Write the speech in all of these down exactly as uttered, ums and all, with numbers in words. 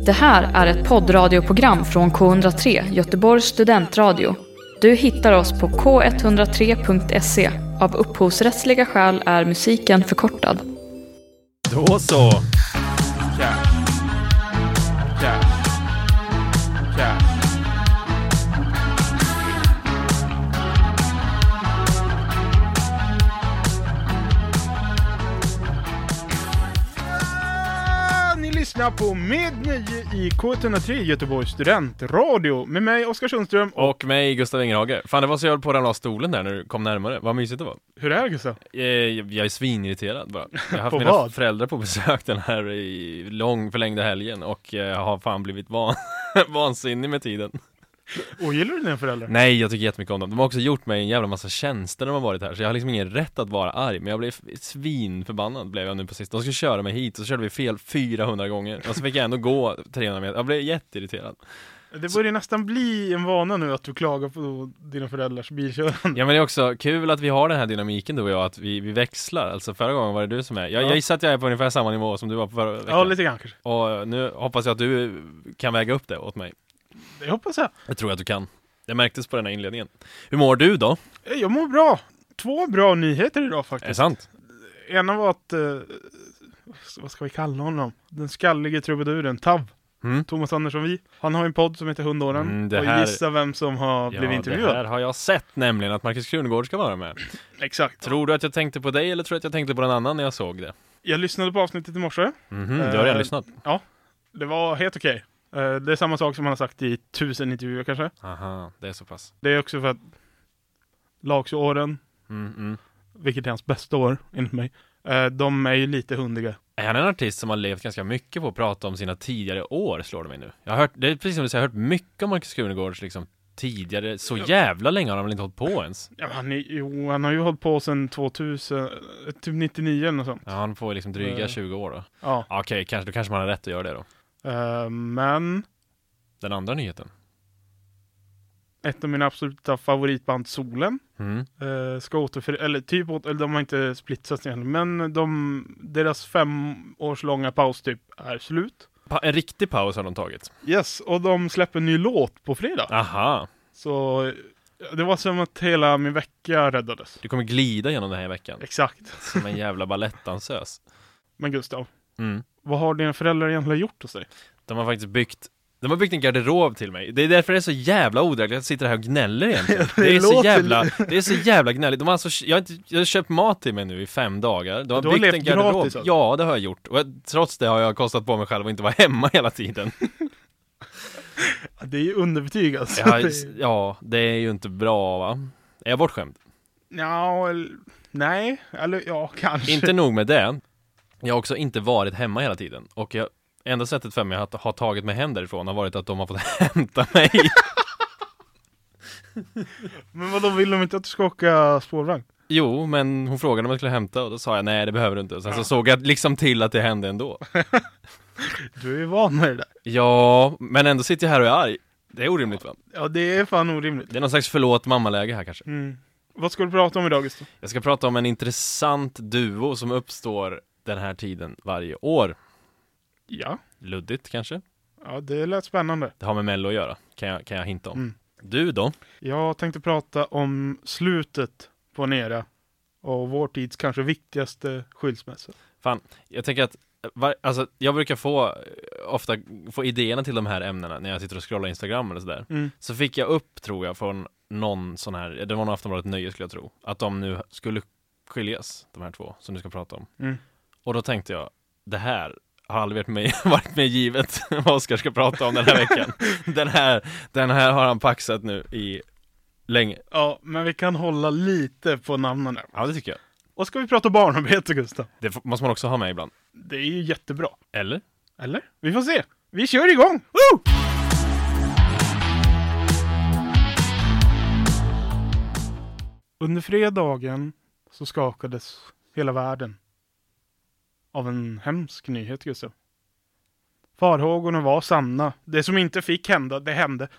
Det här är ett poddradioprogram från K hundra tre, Göteborgs studentradio. Du hittar oss på k etthundratre punkt se. Av upphovsrättsliga skäl är musiken förkortad. Då så. Ja. Ja. Ja. Ni lyssnar på Med nöje i K etthundratre Göteborgs studentradio med mig Oskar Sundström och, och mig Gustav Ingerhage. Fan, det var så jag höll på att ramla av stolen där när du kom närmare. Vad mysigt det var. Hur är det, Gustav? Jag, jag är svinirriterad bara. Jag har haft på mina vad? föräldrar på besök den här i lång förlängda helgen och jag har fan blivit van, vansinnig med tiden. Och gillar du dina föräldrar? Nej, jag tycker jättemycket om dem. De har också gjort mig en jävla massa tjänster när de har varit här. Så jag har liksom ingen rätt att vara arg. Men jag blev svinförbannad blev jag nu på sist. De skulle köra mig hit och så körde vi fel fyrahundra gånger. Och så fick jag ändå gå trehundra meter. Jag blev jätteirriterad. Det börjar nästan bli en vana nu att du klagar på dina föräldrars bilkörande. Ja, men det är också kul att vi har den här dynamiken du och jag. Att vi, vi växlar. Alltså förra gången var det du som är. Jag, ja. jag gissar att jag är på ungefär samma nivå som du var på förra veckan. Ja, lite grann kanske. Och nu hoppas jag att du kan väga upp det åt mig. Det hoppas jag. Jag tror att du kan. Det märktes på den här inledningen. Hur mår du då? Jag mår bra. Två bra nyheter idag faktiskt. Är det sant? Ena var att, eh, vad ska vi kalla honom? Den skallige trubaduren, Tav. Mm. Thomas Andersson Vi. Han har en podd som heter Hundåren. Mm, det och här... gissa vem som har ja, blivit intervjuad. Det här har jag sett nämligen, att Marcus Krunegård ska vara med. Exakt. Tror du att jag tänkte på dig eller tror du att jag tänkte på den annan när jag såg det? Jag lyssnade på avsnittet i morse. Mhm, du har redan Eh, lyssnat. Ja, det var helt okej. Eh, det är samma sak som han har sagt i tusen intervjuer kanske. Aha, det är så pass. Det är också för att lagsåren, Mm, mm. vilket är hans bästa år enligt mig, eh, de är ju lite hundiga. Är han en artist som har levt ganska mycket på att prata om sina tidigare år, slår det mig nu? Jag har hört, det är precis som du säger, jag har hört mycket om Marcus Krunegårds liksom tidigare, så jävla länge har han väl inte hållit på ens? Ja, han, är, jo, han har ju hållit på sedan tvåtusen, typ nittionio eller något sånt. Ja, han får liksom dryga Uh, tjugo år då. Ja. Okej, okay, kanske, då kanske man har rätt att göra det då. Uh, men Den andra nyheten. ett av mina absoluta favoritband, Solen, Mm. uh, ska återför... Eller typ, åter... eller de har inte splittats egentligen, men de... deras fem års långa paus typ är slut. Pa- en riktig paus har de tagit. Yes, och de släpper en ny låt på fredag. Aha. Så det var som att hela min vecka räddades. Du kommer glida genom den här veckan. Exakt. Som en jävla ballettdansös. Men Gustav, Mm. vad har dina föräldrar egentligen gjort hos dig? De har faktiskt byggt De har byggt en garderob till mig. Det är därför det är så jävla odrägligt att jag sitter här och gnäller egentligen. det Det är så låter- jävla Det är så jävla gnälligt. De har alltså, jag, har inte, jag har köpt mat till mig nu i fem dagar. De har Du har byggt levt en garderob. gratis, alltså. Ja, det har jag gjort. Och jag, trots det har jag kostat på mig själv att inte vara hemma hela tiden. Det är ju underbetyg alltså. Jag, Det är- ja, det är ju inte bra, va? Är jag bortskämd? Ja, eller... nej, eller ja, kanske. Inte nog med det. Jag har också inte varit hemma hela tiden. Och jag, enda sättet för mig att ha tagit mig hem därifrån har varit att de har fått hämta mig. Men vad då vill de inte att du ska åka spårvagn? Jo, men hon frågade om jag skulle hämta och då sa jag nej, det behöver du inte. Och sen så såg jag liksom till att det hände ändå. Du är ju van med det där. Ja, men ändå sitter jag här och är arg. Det är orimligt, va? Ja, det är fan orimligt. Det är någon slags förlåt mammaläge här kanske. Mm. Vad ska du prata om idag, Gustav? Jag ska prata om en intressant duo som uppstår den här tiden varje år. Ja. Luddigt kanske? Ja, det lät spännande. Det har med Mello att göra, kan jag, kan jag hinta om. Mm. Du då? Jag tänkte prata om slutet på en era och vår tids kanske viktigaste skilsmässa. Fan, jag tänker att var, alltså, jag brukar få ofta få idéerna till de här ämnena när jag sitter och scrollar Instagram eller sådär. Mm. Så fick jag upp, tror jag, från någon sån här, det var nog Aftonbladet Nöje skulle jag tro, att de nu skulle skiljas, de här två som du ska prata om. Mm. Och då tänkte jag, det här har aldrig varit med, varit med givet vad Oskar ska prata om den här veckan. Den här, den här har han paxat nu i länge. Ja, men vi kan hålla lite på namnen där. Ja, det tycker jag. Och ska vi prata barnarbete, Gustav? Det f- måste man också ha med ibland. Det är ju jättebra. Eller? Eller? Vi får se. Vi kör igång! Woo! Under fredagen så skakades hela världen av en hemsk nyhet, Gustav. Farhågorna var sanna. Det som inte fick hända, det hände.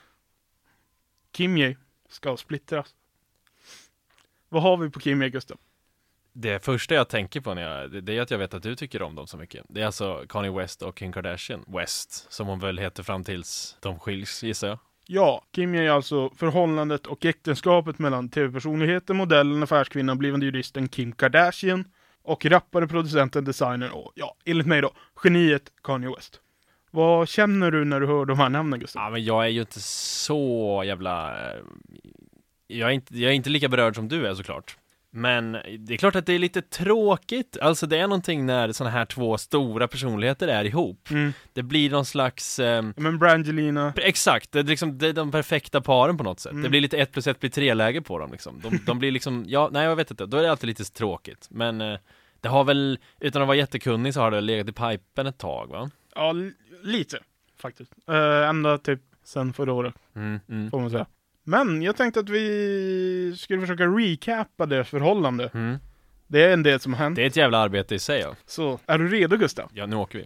Kim Ye ska splittras. Vad har vi på Kim Ye, Gustav? Det första jag tänker på när jag, det är att jag vet att du tycker om dem så mycket. Det är alltså Kanye West och Kim Kardashian. West, som hon väl heter fram tills de skiljs, gissar jag. Ja, Kim är alltså förhållandet och äktenskapet mellan tv-personligheten, modellen, affärskvinnan, blivande juristen Kim Kardashian och rappare, producenten, designern och, ja, enligt mig då, geniet Kanye West. Vad känner du när du hör de här namnen, Gustav? Ja, men jag är ju inte så jävla... Jag är inte, jag är inte lika berörd som du är, såklart. Men det är klart att det är lite tråkigt. Alltså det är någonting när såna här två stora personligheter är ihop. Mm. Det blir någon slags... Eh, Men Brangelina... Exakt, det är, liksom, det är de perfekta paren på något sätt. Mm. Det blir lite ett plus ett blir tre läge på dem liksom. De, de blir liksom, ja, nej jag vet inte, då är det alltid lite tråkigt. Men eh, det har väl, utan att vara jättekunnig så har det legat i pipen ett tag, va? Ja, li- lite faktiskt. Uh, ända typ sen förra året, Mm, mm. får man säga. Men jag tänkte att vi skulle försöka recappa deras förhållande. Mm. Det är en del som har hänt. Det är ett jävla arbete i sig, ja. Så, är du redo, Gustav? Ja, nu åker vi.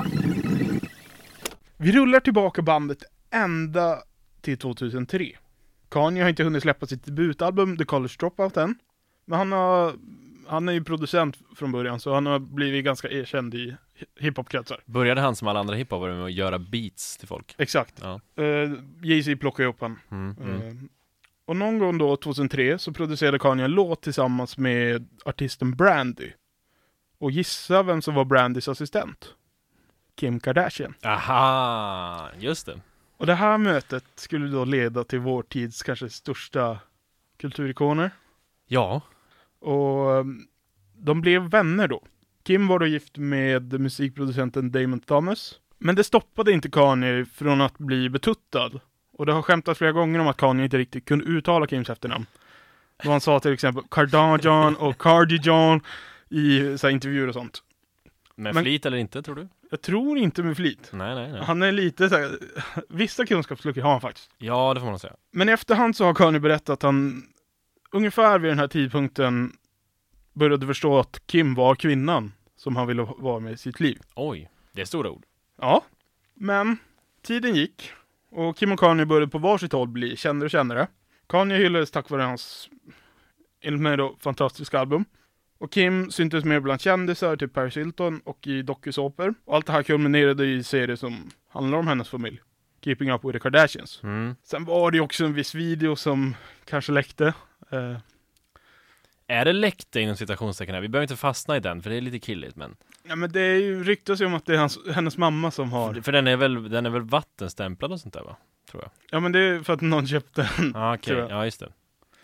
Vi rullar tillbaka bandet ända till tjugohundratre. Kanye har inte hunnit släppa sitt debutalbum The College Dropout än. Men han, har, han är ju producent från början, så han har blivit ganska erkänd i hiphopkretsar. Började han som alla andra hiphopare med att göra beats till folk? Exakt. Ja. Uh, Jay-Z plockade upp han. Mm, mm. Uh, och någon gång då, tjugohundratre, så producerade Kanye en låt tillsammans med artisten Brandy. Och gissa vem som var Brandys assistent? Kim Kardashian. Aha, just det. Och det här mötet skulle då leda till vår tids kanske största kulturikoner. Ja. Och um, de blev vänner då. Kim var då gift med musikproducenten Damon Thomas. Men det stoppade inte Kanye från att bli betuttad. Och det har skämtats flera gånger om att Kanye inte riktigt kunde uttala Kims efternamn. Då han sa till exempel Kardashian och Cardigan i så här, intervjuer och sånt. Med Men- flit eller inte, tror du? Jag tror inte med flit. Nej, nej, nej. Han är lite så här, vissa kunskapsluckor har han faktiskt. Ja, det får man nog säga. Men i efterhand så har Kanye berättat att han ungefär vid den här tidpunkten började förstå att Kim var kvinnan som han ville vara med i sitt liv. Oj, det är stora ord. Ja, men tiden gick och Kim och Kanye började på varsitt håll bli kändare och kändare. Kanye hyllades tack vare hans, enligt mig då, fantastiska album. Och Kim syntes mer bland kändisar, typ Paris Hilton och i dokusåpor. Och allt det här kulminerade i serier som handlar om hennes familj. Keeping Up with the Kardashians. Mm. Sen var det också en viss video som kanske läckte. Eh, Är det läckte inom citationstecken här? Vi behöver inte fastna i den, för det är lite killigt, men... ja, men det är ju ryktas ju om att det är hans, hennes mamma som har... För, för den är väl, den är väl vattenstämplad och sånt där, va? Tror jag. Ja, men det är för att någon köpte den. Ja, okej. tror jag. Ja, just det.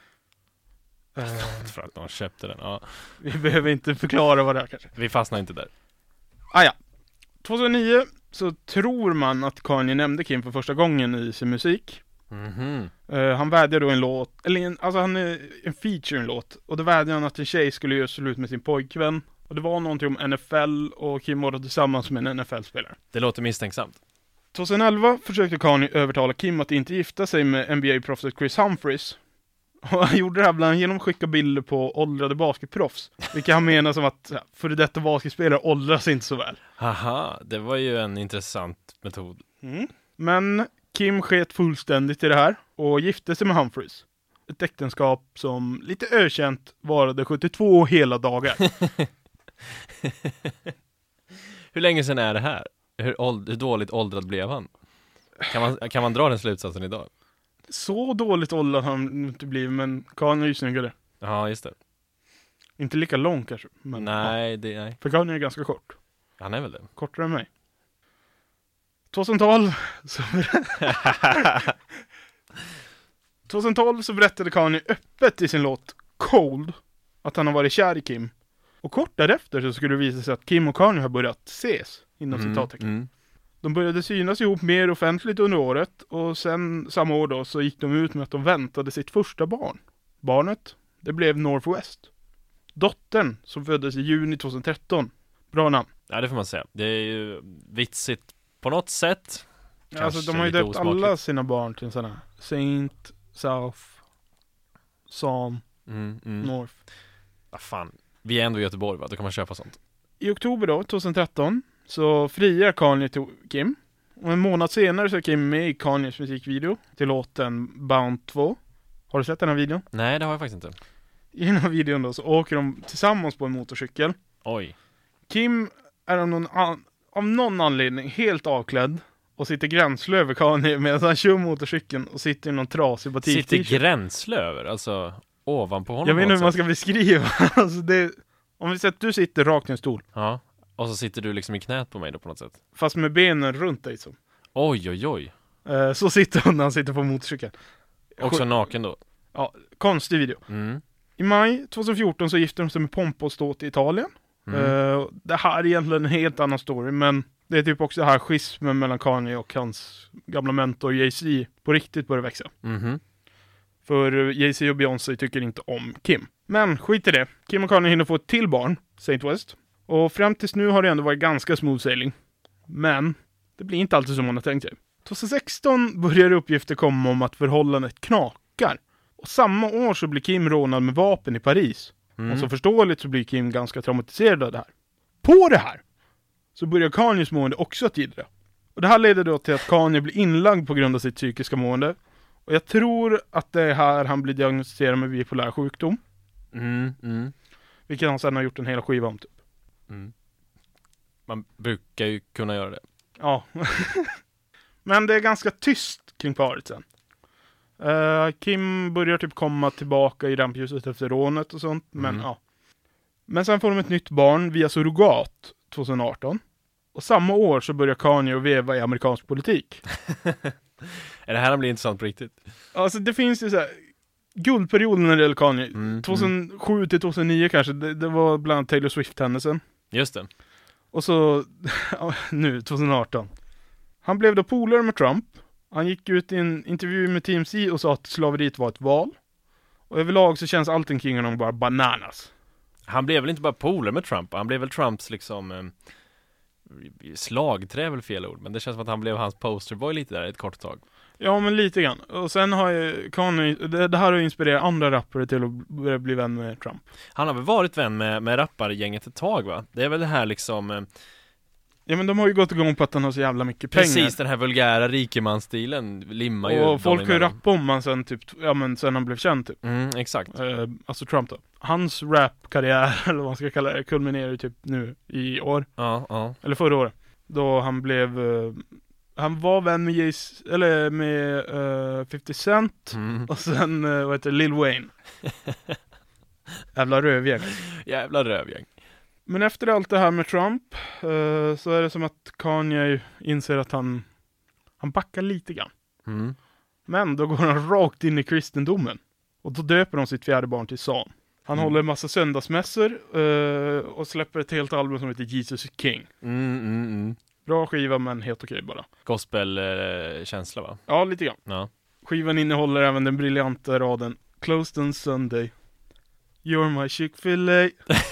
Eh, För att någon köpte den. Ja. vi behöver inte förklara vad det är kanske. Vi fastnar inte där. Ah, ja. tjugohundranio så tror man att Kanye nämnde Kim för första gången i sin musik. Mhm. Uh, han vädjade då en låt, eller en, alltså han är en feature en låt. Och då vädjade han att en tjej skulle göra slut med sin pojkvän. Och det var någonting om N F L och Kim var då tillsammans med en N F L-spelare. Det låter misstänksamt. tjugoelva försökte Kanye övertala Kim att inte gifta sig med N B A-proffset Chris Humphries. Och han gjorde det här bland annat genom att skicka bilder på åldrade basketproffs. Vilket han menar som att ja, för detta basketspelare åldras inte så väl. Haha, det var ju en intressant metod. Mm. Men Kim sket fullständigt i det här och gifte sig med Humphries. Ett äktenskap som lite ökänt varade sjuttiotvå hela dagar. Hur länge sedan är det här? Hur, åld- hur dåligt åldrad blev han? Kan man, kan man dra den slutsatsen idag? Så dåligt åldrad har han inte blivit, men Kanye är ju snyggare. Ja, just det. Inte lika lång kanske. Men, Nej, det, nej. Ja, för Kanye är ganska kort. Han är väl det. Kortare än mig. tjugohundratolv så, tjugohundratolv så berättade Kanye öppet i sin låt Cold att han har varit kär i Kim. Och kort därefter så skulle det visa sig att Kim och Kanye har börjat ses inom Mm, citattecken. mm. De började synas ihop mer offentligt under året och sen samma år då så gick de ut med att de väntade sitt första barn. Barnet, det blev Northwest. Dottern som föddes i juni tjugohundratretton. Bra namn. Ja, det får man säga. Det är ju vitsigt på något sätt. Kanske Alltså de har ju lite döpt osmakligt. alla sina barn till en sån här Saint, South, Psalm, Mm, mm. North. Ah, fan. Vi är ändå i Göteborg, va? Då kan man köpa sånt. I oktober då, tjugohundratretton, så friar Kanye till Kim. Och en månad senare så är Kim med i Kanyes musikvideo till låten Bound två. Har du sett den här videon? Nej, det har jag faktiskt inte. I den här videon då så åker de tillsammans på en motorcykel. Oj. Kim är av någon, an- av någon anledning helt avklädd och sitter gränsle över Kanye medan han kör motorcykeln och sitter i någon trasig batik. Sitter gränsle över? Alltså ovanpå honom? Jag vet inte hur man sätt. ska beskriva. Alltså det, om vi säger att du sitter rakt i en stol. Ja. Och så sitter du liksom i knät på mig då på något sätt. Fast med benen runt dig så. Oj, oj, oj. Eh, så sitter hon när han sitter på motorcykeln. Också naken då. Ja, konstig video. Mm. I maj tjugohundrafjorton så gifte de sig med pompa och ståt i Italien. Mm. Eh, det här är egentligen en helt annan story, men det är typ också det här schismen mellan Kanye och hans gamla mentor Jay-Z på riktigt börjar växa. Mhm. För Jay-Z och Beyoncé tycker inte om Kim. Men skit i det. Kim och Kanye hinner få ett till barn, Saint West. Och fram tills nu har det ändå varit ganska smooth sailing. Men det blir inte alltid som man har tänkt sig. tjugohundrasexton börjar uppgifter komma om att förhållandet knakar. Och samma år så blir Kim rånad med vapen i Paris. Mm. Och så förståeligt så blir Kim ganska traumatiserad av det här. På det här så börjar Kanyes mående också att gidra. Och det här leder då till att Kanye blir inlagd på grund av sitt psykiska mående. Och jag tror att det är här han blir diagnostiserad med bipolär sjukdom. Mm, mm, Vilket han sedan har gjort en hel skiva om typ. mm. Man brukar ju kunna göra det. Ja. Men det är ganska tyst kring paret sen. Uh, Kim börjar typ komma tillbaka i rampljuset efter rånet och sånt. Men Mm. ja. Men sen får de ett nytt barn via surrogat tjugoarton. Och samma år så börjar Kanye och veva i amerikansk politik. Är det här blir intressant på riktigt? Alltså det finns ju så här guldperioden när det gäller Kanye. Mm, tjugohundrasju till tjugohundranio kanske. Det, det var bland annat Taylor Swift-händelsen. Just det. Och så ja, nu tjugoarton. Han blev då polare med Trump. Han gick ut i en intervju med T M C och sa att slaveriet var ett val. Och överlag så känns allting kring honom bara bananas. Han blev väl inte bara polare med Trump, han blev väl Trumps liksom eh, slagträ är väl fel ord, men det känns som att han blev hans posterboy lite där ett kort tag. Ja, men lite grann. Och sen har ju Kanye, det, det här har inspirerat andra rappare till att börja bli vän med Trump. Han har väl varit vän med, med rappargänget ett tag, va? Det är väl det här liksom eh, Ja, men de har ju gått igång på att han har så jävla mycket pengar. precis den här vulgära rikemansstilen limmar ju. Och folk har ju emellan. rappat om han sen typ, ja men sen han blev känd typ. Mm, exakt. Eh, alltså Trump då. Hans rapkarriär, eller vad man ska kalla det, kulminerar ju typ nu i år. Ja, ja. Eller förra året. Då han blev, eh, han var vän med Jace, eller med eh, femtio Cent. Mm. Och sen, eh, vad heter det, Lil Wayne. Jävla rövgäng. Jävla rövgäng. Men efter allt det här med Trump eh, så är det som att Kanye inser att han, han backar lite grann. Mm. Men då går han rakt in i kristendomen. Och då döper de sitt fjärde barn till Sam. Han Mm. håller en massa söndagsmässor eh, och släpper ett helt album som heter Jesus is King. Mm, mm, mm. Bra skiva men helt okej bara. Gospel-känsla, va? Ja, lite grann. Ja. Skivan innehåller även den briljanta raden Closed on Sunday. You're my Chick-fil-A.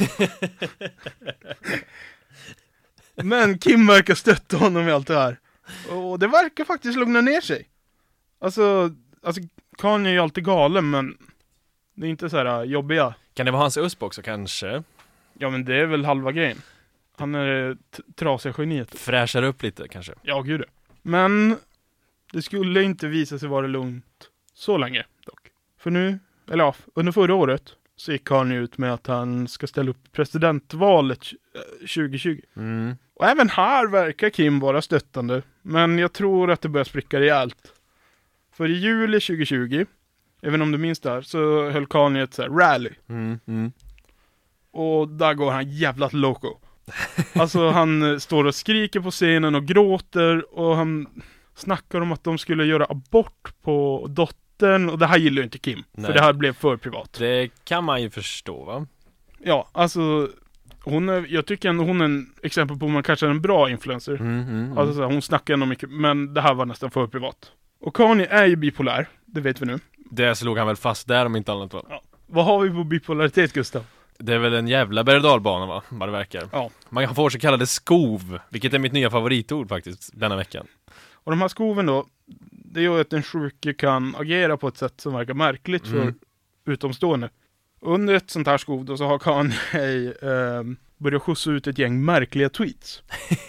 Men Kim verkar stötta honom i allt det här. Och det verkar faktiskt lugna ner sig. Alltså, alltså Kanye är ju alltid galen, men det är inte så här jobbiga. Kan det vara hans U S P också, kanske? Ja, men det är väl halva grejen. Han är t- trasiga geniet. Fräschar upp lite, kanske? Ja, gud. Men det skulle inte visa sig vara lugnt så länge dock. För nu, eller ja, under förra året så gick Kanye ut med att han ska ställa upp presidentvalet tjugohundratjugo. Mm. Och även här verkar Kim vara stöttande. Men jag tror att det börjar spricka rejält. För i juli tjugohundratjugo, även om du minns där, så höll Kanye ett så här rally. Mm, mm. Och där går han jävla loco. Alltså han eh, står och skriker på scenen och gråter. Och han snackar om att de skulle göra abort på dottern. Och det här gillar ju inte Kim. Nej. För det här blev för privat. Det kan man ju förstå, va? Ja, alltså hon är, jag tycker ändå hon är en exempel på man kanske är en bra influencer. Mm, mm, mm. Alltså så här, hon snackar ändå mycket, men det här var nästan för privat. Och Kanye är ju bipolär, det vet vi nu. Det slog han väl fast där om inte annat, va? Ja. Vad har vi på bipolaritet, Gustav? Det är väl en jävla berg- och dalbana, va? Vad det verkar. Ja. Man får så kallade skov, vilket är mitt nya favoritord faktiskt, denna veckan. Och de här skoven då, det gör att den sjuke kan agera på ett sätt som verkar märkligt för Mm. utomstående. Under ett sånt här skov då så har Kanye eh, börjat skjutsa ut ett gäng märkliga tweets.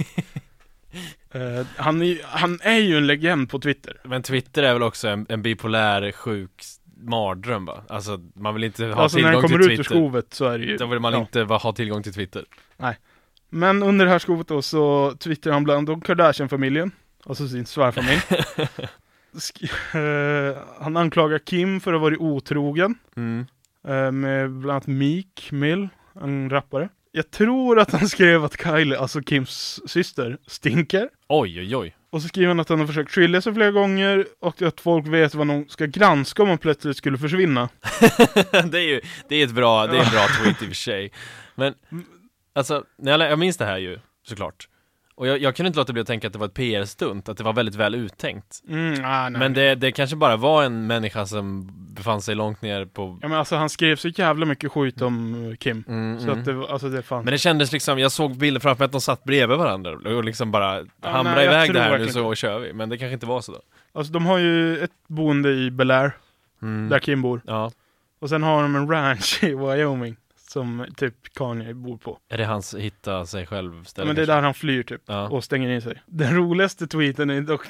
eh, han, är, han är ju en legend på Twitter. Men Twitter är väl också en, en bipolär sjuk mardröm bara. Alltså man vill inte ha Alltså när tillgång den till kommer Twitter. ut ur skovet så är det ju... Då vill man ja. inte va, ha tillgång till Twitter. Men under det här skovet då så twittrar han bland de Kardashian-familjen. Alltså sin svärfamilj. Sk- eh, han anklagar Kim för att ha varit otrogen. Mm. Eh, med bland annat Meek Mill, en rappare. Jag tror att han skrev att Kylie, alltså Kims syster, stinker. Oj, oj, oj. Och så skriver han att han har försökt skilja sig flera gånger och att folk vet vad någon ska granska om han plötsligt skulle försvinna. det är ju det är ett bra, det är en bra tweet i och för sig. Men alltså, när jag, jag minns det här ju, såklart. Och jag, jag kunde inte låta bli att tänka att det var ett P R-stunt, att det var väldigt väl uttänkt. Mm, ah, nej. Men det, det kanske bara var en människa som befann sig långt ner på... Ja men alltså han skrev så jävla mycket skit om Kim. Mm, Så mm. att det, alltså det fanns. Men det kändes liksom, jag såg bilder framför att de satt bredvid varandra och liksom bara Ja, hamra nej, jag iväg tror det här nu verkligen så kör vi. Men det kanske inte var så då. Alltså de har ju ett boende i Bel Air, Mm. där Kim bor. Ja. Och sen har de en ranch i Wyoming som typ Kanye bor på. Är det hans hitta sig själv Ja, ställe? men det är där han flyr typ. Ja. Och stänger in sig. Den roligaste tweeten är dock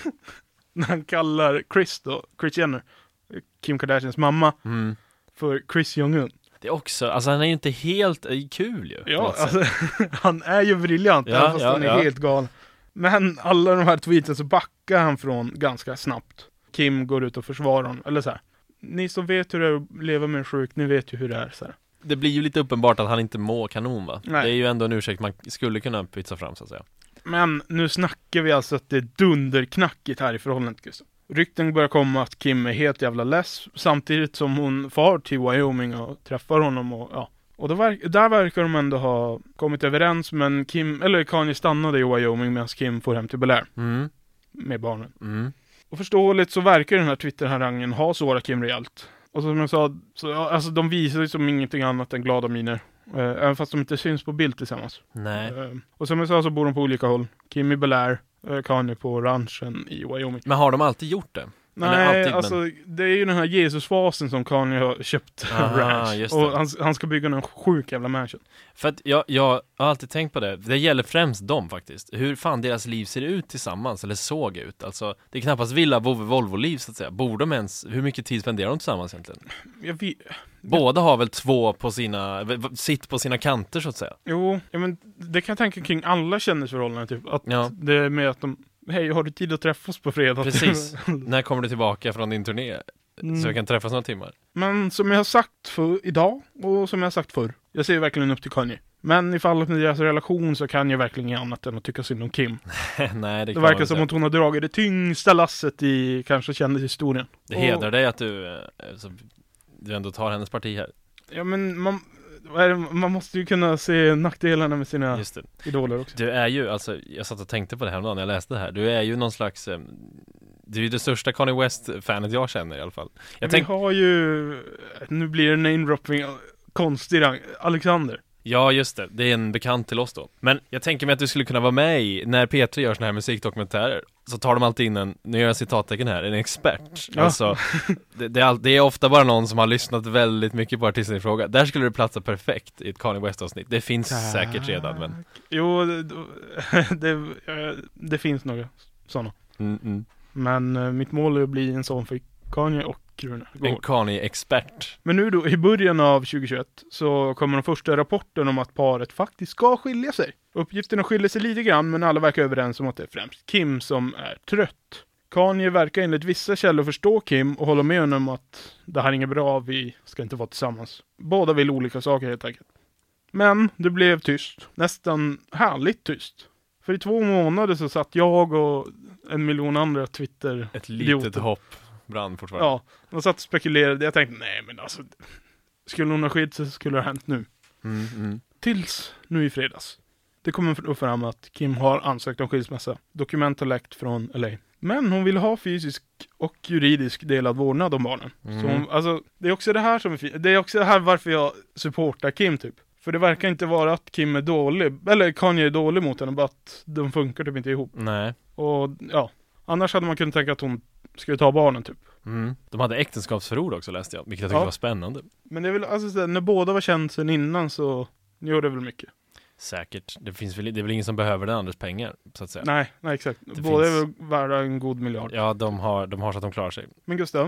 när han kallar Chris då, Kris Jenner, Kim Kardashians mamma, Mm. för Chris Jong-un. Det är också, alltså han är ju inte helt eh, kul ju. på Ja, något sätt. alltså han är ju briljant, Ja, även fast ja, han är ja. helt galen. Men alla de här tweeten så backar han från ganska snabbt. Kim går ut och försvarar honom, eller så här. Ni som vet hur det är att leva med en sjuk, ni vet ju hur det är så här. Det blir ju lite uppenbart att han inte mår kanon va? Nej. Det är ju ändå en ursäkt man skulle kunna pytsa fram så att säga. Men nu snackar vi alltså att det är dunderknackigt här i förhållandet, Gustav. Rykten börjar komma att Kim är helt jävla less, samtidigt som hon far till Wyoming och träffar honom och ja. Och då verk- där verkar de ändå ha kommit överens, men Kim, eller Kanye stannade i Wyoming medan Kim får hem till Bel Air Mm. med barnen. Mm. Och förståeligt så verkar den här Twitter-harangen ha sårat Kim rejält. Och som jag sa, så, ja, alltså de visar ju som ingenting annat än glada miner. Eh, även fast de inte syns på bild tillsammans. Nej. Eh, och som jag sa så bor de på olika håll. Kim i Bel Air, eh, Kanye på ranchen i Wyoming. Men har de alltid gjort det? Eller Nej, alltid, alltså men... det är ju den här Jesusfasen som Kanye har köpt Aha, ranch. just det. Och han, han ska bygga en sjuk jävla mansion. För att jag, jag har alltid tänkt på det. Det gäller främst dem faktiskt. Hur fan deras liv ser ut tillsammans, eller såg ut. Alltså, det är knappast Villa Vove Volvo-liv så att säga. Borde de ens, hur mycket tid spenderar de tillsammans egentligen? Jag vet, Båda har väl två på sina, sitt på sina kanter så att säga. jo, ja, men det kan jag tänka kring alla kändisförhållanden typ. Att Ja. det är med att de, hej, har du tid att träffas på fredag? Precis. När kommer du tillbaka från din turné? Mm. Så vi kan träffas några timmar. Men som jag har sagt för idag, och som jag har sagt förr, jag ser verkligen upp till Kanye. Men i fallet med deras relation så kan jag verkligen inget annat än att tycka synd om Kim. Nej, det, Det kan man verkar väl som säga. att hon har dragit det tyngsta lasset i kanske kändishistorien. Det hedrar dig att du, eh, så, du ändå tar hennes parti här. Ja, men man, vad är det, man måste ju kunna se nackdelarna med sina Just det. idoler också. Du är ju, alltså, jag satt och tänkte på det här när jag läste det här. Du är ju någon slags, eh, du är ju det största Kanye West-fanet jag känner i alla fall. Jag Vi tänk, har ju, nu blir det name-dropping, konstig rang, Alexander. ja just det, det är en bekant till oss då. Men jag tänker mig att du skulle kunna vara med i, när P tre gör såna här musikdokumentärer, så tar de alltid in en, nu gör jag citattecken här, en expert. Ja. Alltså, det, det, är all, det är ofta bara någon som har lyssnat väldigt mycket på artisten i fråga. Där skulle du platsa perfekt i ett Kanye West-avsnitt. Det finns Tack. säkert redan, men... Jo, det, det, eh, det finns några sådana. Mm, mm. Men eh, mitt mål är att bli en sån för Kanye och Rune. En Kanye-expert. Men nu då, i början av tjugohundratjugoett så kommer de första rapporten om att paret faktiskt ska skilja sig. Uppgifterna skiljer sig lite grann, men alla verkar överens om att det är främst Kim som är trött. Kanye verkar enligt vissa källor förstå Kim och hålla med honom att det här är inget bra, vi ska inte vara tillsammans. Båda vill olika saker helt enkelt. Men det blev tyst. Nästan härligt tyst. För i två månader så satt jag och en miljon andra Twitter Ett litet idioter. hopp brann fortfarande. Ja, de satt och spekulerade. Jag tänkte, nej men alltså, skulle hon ha skilt sig så skulle det ha hänt nu. Mm, mm. Tills nu i fredags. Det kommer upp fram att Kim har ansökt om skilsmässa. Dokument har läckt från L A. Men hon vill ha fysisk och juridisk delad vårdnad om barnen. Mm. Så hon, alltså, det är också det här som är fint. Det är också det här varför jag supportar Kim typ. För det verkar inte vara att Kim är dålig, eller Kanye är dålig mot henne, bara att de funkar typ inte ihop. Nej. Och ja, annars hade man kunnat tänka att hon skulle ta barnen typ. Mm. De hade äktenskapsförord också läste jag, vilket jag tyckte Ja. var spännande. Men det är väl, alltså sådär, när båda var känd sen innan så gör det väl mycket. Säkert. Det finns väl, det är väl ingen som behöver den andres pengar, så att säga. Nej, nej exakt. Det Båda finns- är väl värda en god miljard. Ja, de har, de har så att de klarar sig. Men Gustav,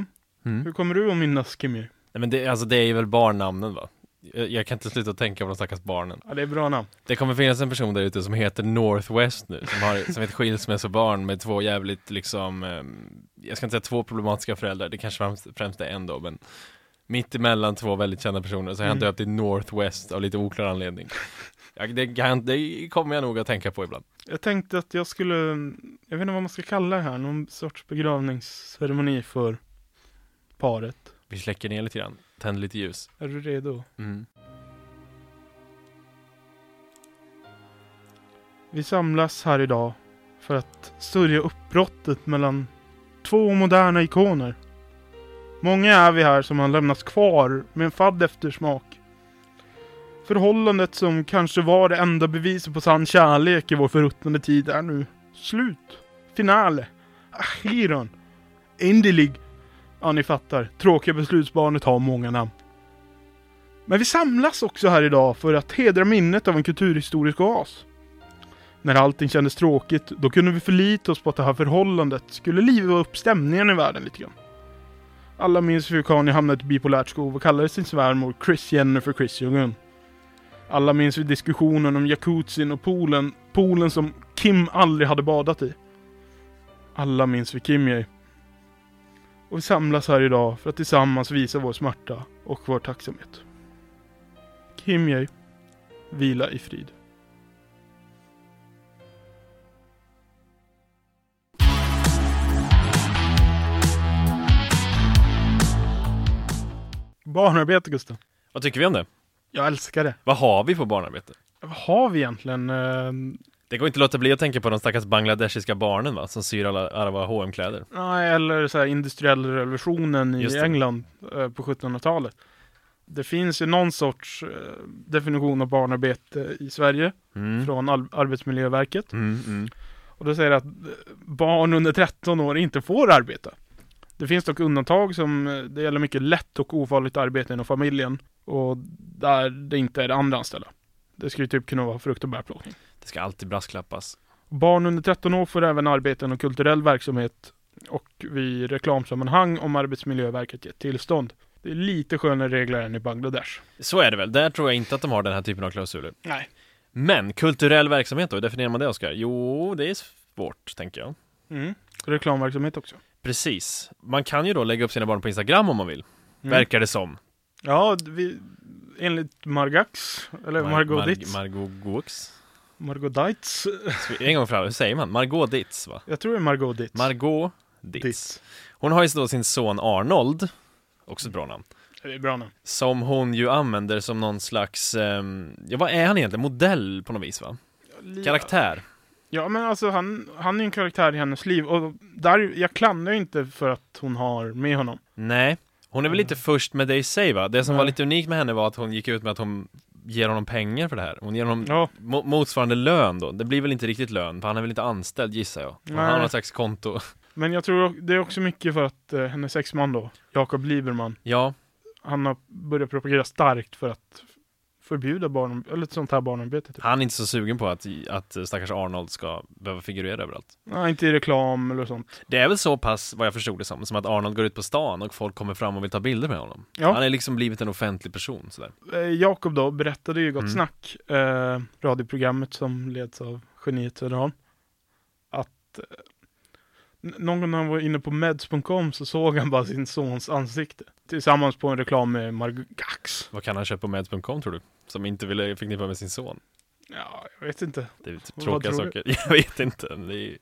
Mm. Hur kommer du att minnas Kimmy? Nej, men det, alltså, det är ju väl barnnamnen va? Jag, jag kan inte sluta tänka på de stackars barnen. Ja, det är bra namn. Det kommer finnas en person där ute som heter Northwest nu, som har som ett skilsmässobarn med två jävligt liksom, eh, jag ska inte säga två problematiska föräldrar, det kanske främst, främst är en då, men mitt emellan två väldigt kända personer så har han Mm. döpt till Northwest av lite oklar anledning. Ja, det, kan, det kommer jag nog att tänka på ibland. Jag tänkte att jag skulle, jag vet inte vad man ska kalla det här, någon sorts begravningsceremoni för paret. Vi släcker ner lite grann, tänder lite ljus. Är du redo? Mm. Vi samlas här idag för att sörja uppbrottet mellan två moderna ikoner. Många är vi här som har lämnats kvar med en fadd eftersmak. Förhållandet som kanske var det enda beviset på sann kärlek i vår förruttnande tid är nu slut. Finale. Achiron. Endelig. Ja, ni fattar. Tråkiga beslutsbarnet har många namn. Men vi samlas också här idag för att hedra minnet av en kulturhistorisk oas. När allting kändes tråkigt, då kunde vi förlita oss på att det här förhållandet skulle liva upp stämningen i världen lite grann. Alla minns hur Kanye hamnade i ett bipolärt skov och kallade sin svärmor Kris Jenner för Kris Jong-un. Alla minns vi diskussionen om jacuzzin och poolen, poolen som Kim aldrig hade badat i. Alla minns vi Kim Jae. Och vi samlas här idag för att tillsammans visa vår smärta och vår tacksamhet. Kim Jae, vila i frid. Barnarbete, Gustav. Vad tycker vi om det? Jag älskar det. Vad har vi på barnarbete? Vad har vi egentligen? Eh, Det går inte låta bli att tänka på de stackars bangladeshiska barnen va? Som syr alla, alla våra H och M-kläder. nej, eller så här industriella revolutionen i Just det. England eh, på sjuttonhundratalet. Det finns ju någon sorts eh, definition av barnarbete i Sverige Mm. från Al- Arbetsmiljöverket. Mm, mm. Och då säger det att eh, barn under tretton år inte får arbeta. Det finns dock undantag som eh, det gäller mycket lätt och ofarligt arbete inom familjen. Och där det inte är det andra anställda. Det skulle typ kunna vara frukt- och bärplockning. Det ska alltid brasklappas. Barn under tretton år får även arbeta inom kulturell verksamhet och vid reklamsammanhang om Arbetsmiljöverket ger tillstånd. Det är lite skönare regler än i Bangladesh. Så är det väl. Där tror jag inte att de har den här typen av klausuler. Nej. Men kulturell verksamhet då, hur definierar man det, Oskar? Jo, det är svårt, tänker jag. Mm. Reklamverksamhet också. Precis. Man kan ju då lägga upp sina barn på Instagram om man vill. Mm. Verkar det som. Ja, vi, enligt Margax, eller Mar- Margot Mar- Ditz. Margot Gox. Margot Ditz. En gång för alla, hur säger man? Margot Ditz, va? Jag tror det är Margot Ditz. Margot Ditz. Ditz. Hon har ju då sin son Arnold, också ett bra namn, Det är bra namn. som hon ju använder som någon slags, ehm, ja vad är han egentligen? Modell på något vis va? Karaktär. Ja, men alltså han, han är en karaktär i hennes liv. Och där, jag klandrar ju inte för att hon har med honom. Nej, hon är väl inte först med det i sig va? Det som Nej. var lite unikt med henne var att hon gick ut med att hon ger honom pengar för det här. Hon ger honom Ja. mo- motsvarande lön då. Det blir väl inte riktigt lön, för han är väl inte anställd gissar jag. Han Nej. har något slags konto. Men jag tror det är också mycket för att eh, hennes exman då, Jakob Lieberman, Ja, han har börjat propagera starkt för att förbjuda barn, eller ett sånt här barnarbete. Typ. han är inte så sugen på att, att stackars Arnold ska behöva figurera överallt. Nej, inte i reklam eller sånt. Det är väl så pass, vad jag förstod det som, som att Arnold går ut på stan och folk kommer fram och vill ta bilder med honom. Ja. Han är liksom blivit en offentlig person sådär. Eh, Jakob då berättade ju Gott Mm. Snack, eh, radioprogrammet som leds av geniet Söderholm, att eh, n- någon gång när han var inne på meds punkt com så såg han bara sin sons ansikte tillsammans på en reklam med Margax. Vad kan han köpa på meds punkt com tror du? Som inte ville förknippa med sin son. Ja, jag vet inte. Det är typ Vad tråkiga tror saker. Jag vet inte. Det är...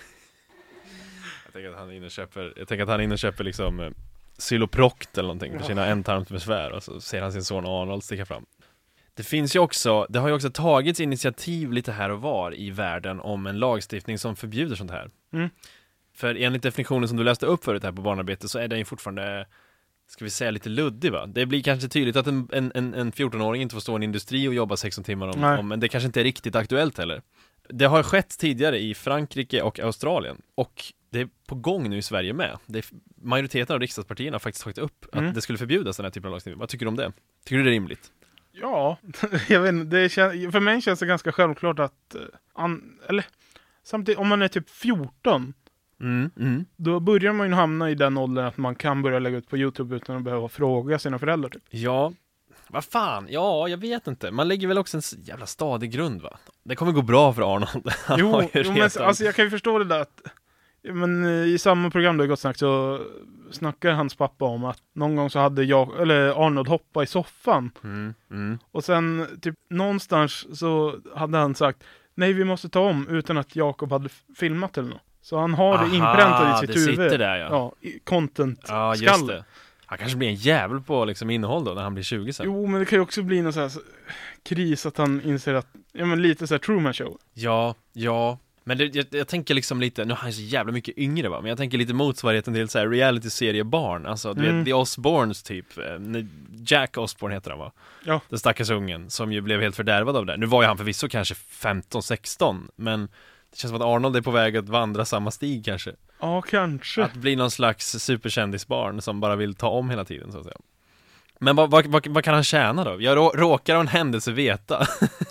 Jag tänker att han är inne och köper, jag tänker att han är inne och köper liksom eh, Xyloproct eller någonting för Ja. sina ändtarmsbesvär och så ser han sin son Arnold sticka fram. Det finns ju också, det har ju också tagits initiativ lite här och var i världen om en lagstiftning som förbjuder sånt här. Mm. För enligt definitionen som du läste upp förut här på barnarbete så är den ju fortfarande, ska vi säga, lite luddig va? Det blir kanske tydligt att en, en, en, en fjorton-åring inte får stå i en industri och jobba sexton timmar om, Nej. om, men det kanske inte är riktigt aktuellt heller. Det har skett tidigare i Frankrike och Australien och det är på gång nu i Sverige med. Det är, majoriteten av riksdagspartierna har faktiskt tagit upp att Mm. det skulle förbjudas den här typen av lagstiftning. Vad tycker du om det? Tycker du det är rimligt? Ja, jag vet inte, det kän- för mig känns det ganska självklart att, eh, an- eller samtidigt om man är typ fjorton Mm, mm. Då börjar man ju hamna i den åldern att man kan börja lägga ut på YouTube utan att behöva fråga sina föräldrar typ. Ja, vad fan, ja, jag vet inte. Man lägger väl också en jävla stadig grund, va? Det kommer gå bra för Arnold. Han har Jo, ju jo men redan- alltså jag kan ju förstå det där att men eh, i samma program då i Gott Snack så snackar hans pappa om att någon gång så hade jag, eller Arnold hoppa i soffan Mm, mm. och sen typ någonstans så hade han sagt nej vi måste ta om utan att Jakob hade f- filmat eller något. Så han har det Aha, inpräntat i sitt det huvud. sitter där, ja. Ja, i content Ja, just det. Han kanske blir en jävel på liksom innehåll då när han blir tjugo sen. Jo, men det kan ju också bli någon sån här så- kris att han inser att, ja men lite så här Truman Show. Ja, ja. Men det, jag, jag tänker liksom lite, nu är han så jävla mycket yngre, va? Men jag tänker lite motsvarigheten till så här reality-seriebarn. Alltså, du Mm. vet, The Osbournes typ. Eh, Jack Osbourne heter han, va? Ja. Den stackars ungen som ju blev helt fördärvad av det. Nu var ju han förvisso kanske femton sexton, men det känns som att Arnold är på väg att vandra samma stig kanske. Ja, kanske. Att bli någon slags superkändisbarn som bara vill ta om hela tiden, så att säga. Men vad, vad, vad, vad kan han tjäna då? Jag rå, råkar av en händelse veta.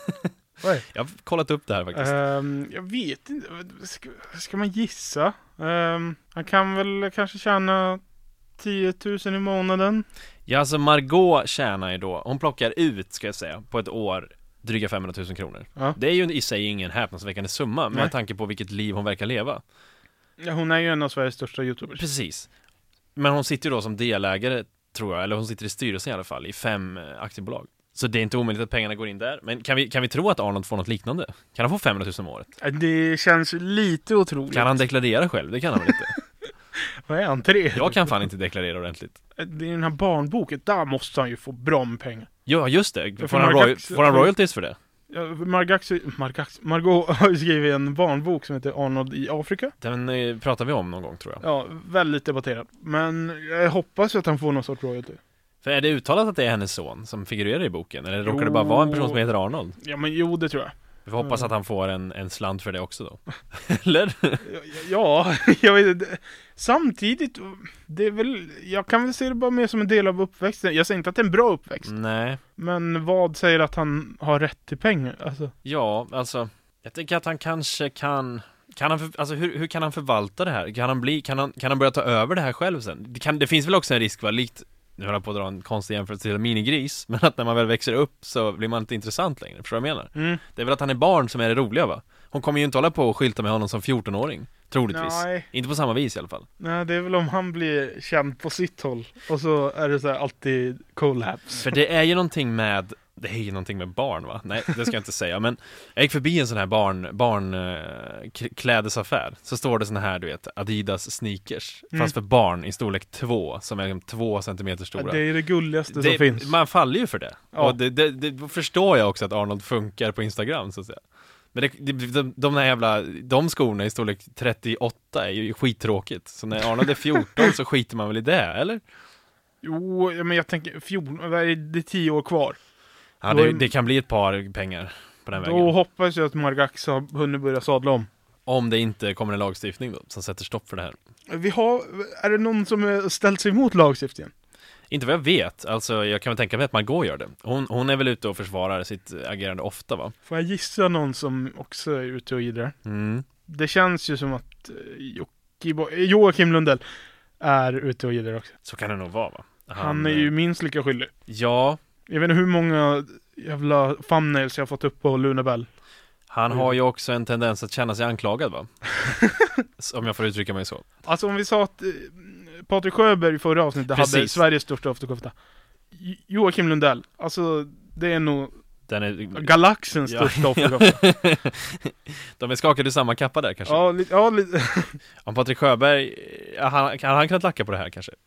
Oj. Jag har kollat upp det här faktiskt. Ehm, jag vet inte, ska, ska man gissa? Ehm, han kan väl kanske tjäna tio tusen i månaden. Ja, alltså Margot tjänar ju då, hon plockar ut, ska jag säga, på ett år dryga femhundratusen kronor. Ja. Det är ju i sig ingen häpnadsväckande summa med Nej. tanke på vilket liv hon verkar leva. Ja, hon är ju en av Sveriges största YouTubers. Precis. Men hon sitter ju då som delägare, tror jag, eller hon sitter i styrelsen i alla fall, i fem eh, aktiebolag. Så det är inte omöjligt att pengarna går in där. Men kan vi, kan vi tro att Arnold får något liknande? Kan han få femhundratusen om året? Ja, det känns lite otroligt. Kan han deklarera själv? Det kan han väl inte? Vad är han, tre? Jag kan fan inte deklarera ordentligt. Det är den här barnboken, där måste han ju få bra med pengar. Ja, just det. För Får han, Margax- roy- får han royalties för det? Ja, Margax, Margax, Margot har ju skrivit en barnbok som heter Arnold i Afrika. Den eh, pratar vi om någon gång, tror jag. Ja, väldigt debatterad. Men jag hoppas ju att han får någon sorts royalty. För är det uttalat att det är hennes son som figurerar i boken? Eller råkar Jo. det bara vara en person som heter Arnold? Ja, men jo, det tror jag. Vi får hoppas Mm. att han får en, en slant för det också då. Eller? Ja, jag vet inte. Samtidigt, det är väl, jag kan väl se det bara mer som en del av uppväxten. Jag säger inte att det är en bra uppväxt. Nej. Men vad säger att han har rätt till pengar? Alltså, Ja, alltså jag tänker att han kanske kan kan han för, alltså hur, hur kan han förvalta det här? Kan han bli kan han kan han börja ta över det här själv sen? Det kan det finns väl också en risk, va, likt, nu håller jag på att dra en konstig jämförelse till en minigris, men att när man väl växer upp så blir man inte intressant längre. Förstår du vad jag menar? mm. Det är väl att han är barn som är det roliga, va? Hon kommer ju inte hålla på och skylta med honom som fjortonåring, troligtvis. Nej. Inte på samma vis i alla fall. Nej, det är väl om han blir känd på sitt håll. Och så är det så här alltid collabs. För det är ju någonting med Det är ju någonting med barn, va? Nej, det ska jag inte säga. Men jag gick förbi en sån här barn, barn eh, k- klädesaffär. Så står det sån här, du vet, Adidas sneakers. Mm. Fast för barn i storlek två, som är två centimeter stora. Det är det gulligaste som Det- finns. Man faller ju för det. Ja. Och det, det, det då förstår jag också att Arnold funkar på Instagram, så att säga. Men det, de, de, de där jävla, de skorna i storlek trettioåtta är ju skittråkigt. Så när Arnold är fjorton så skiter man väl i det, eller? Jo, ja, men jag tänker, fjol, vad är det, det är tio år kvar. Ja, Då det, är- det kan bli ett par pengar på den vägen. Då hoppas jag att Margax har hunnit börja sadla om. Om det inte kommer en lagstiftning då, som sätter stopp för det här. Vi har, är det någon som har ställt sig emot lagstiftningen? Inte vad jag vet, alltså jag kan väl tänka mig att Margot gör det. Hon, hon är väl ute och försvarar sitt agerande ofta, va? Får jag gissa någon som också är ute och idrar? Mm. Det känns ju som att eh, Jocki- Joakim Lundell är ute och idrar också. Så kan det nog vara, va? Han, är ju minst lika skyldig. Ja, Jag vet inte hur många jävla thumbnails jag har fått upp på Lunabell. han har ju också en tendens att känna sig anklagad, va? Om jag får uttrycka mig så. Alltså om vi sa att eh, Patrik Sjöberg i förra avsnittet hade Precis. Sveriges största offerkofta. Jo- Joakim Lundell, alltså det är nog Den är... galaxens Ja. största offerkofta. De är skakade i samma kappa där kanske. Ja, lite, ja, lite. Om Patrik Sjöberg, ja, han, kan han kunnat lacka på det här kanske?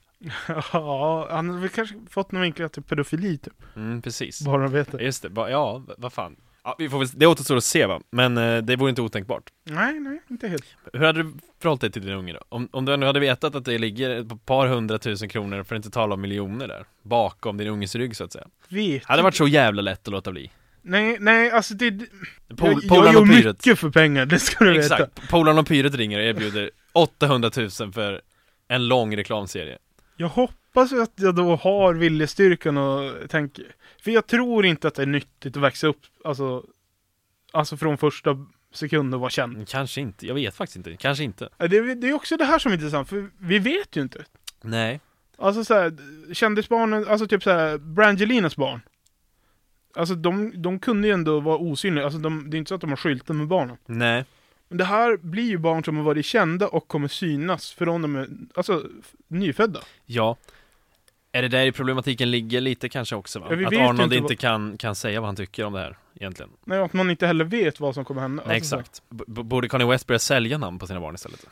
Ja, han har väl kanske fått någon vinklat till pedofili typ. Mm, precis. Bara de vet det. Just det, ba, ja, v- vad fan. Ja, vi får väl, det återstår att se, va? Men eh, det vore inte otänkbart. Nej, nej, inte helt. Hur hade du förhållit dig till din unge då? Om, om du nu hade vetat att det ligger ett par hundratusen kronor, för att inte tala om miljoner där, bakom din unges rygg, så att säga. Vet Hade det varit så jävla lätt att låta bli? Nej, nej, alltså det... Pol, jag jag Polarn gör och Pyret. mycket för pengar, det ska du veta. Exakt, Polarn och Pyret ringer och erbjuder åttahundratusen för en lång reklamserie. Jag hoppas ju att jag då har viljestyrkan och tänker... För jag tror inte att det är nyttigt att växa upp, alltså... Alltså från första sekund att vara känd. Kanske inte, jag vet faktiskt inte. Kanske inte. Det, det är också det här som är intressant, för vi vet ju inte. Nej. Alltså såhär, kändisbarnen, alltså typ såhär, Brangelinas barn. Alltså de, de kunde ju ändå vara osynliga, alltså de, det är inte så att de har skyltat med barnen. Nej. Men det här blir ju barn som har varit kända och kommer synas från de är, alltså, nyfödda. Ja. Är det där i problematiken ligger lite kanske också, va? Ja, vi att vet Arnold inte inte vad... kan, kan säga vad han tycker om det här egentligen. Nej, att man inte heller vet vad som kommer hända. Nej, alltså, exakt. B- borde Kanye West börja sälja namn på sina barn istället?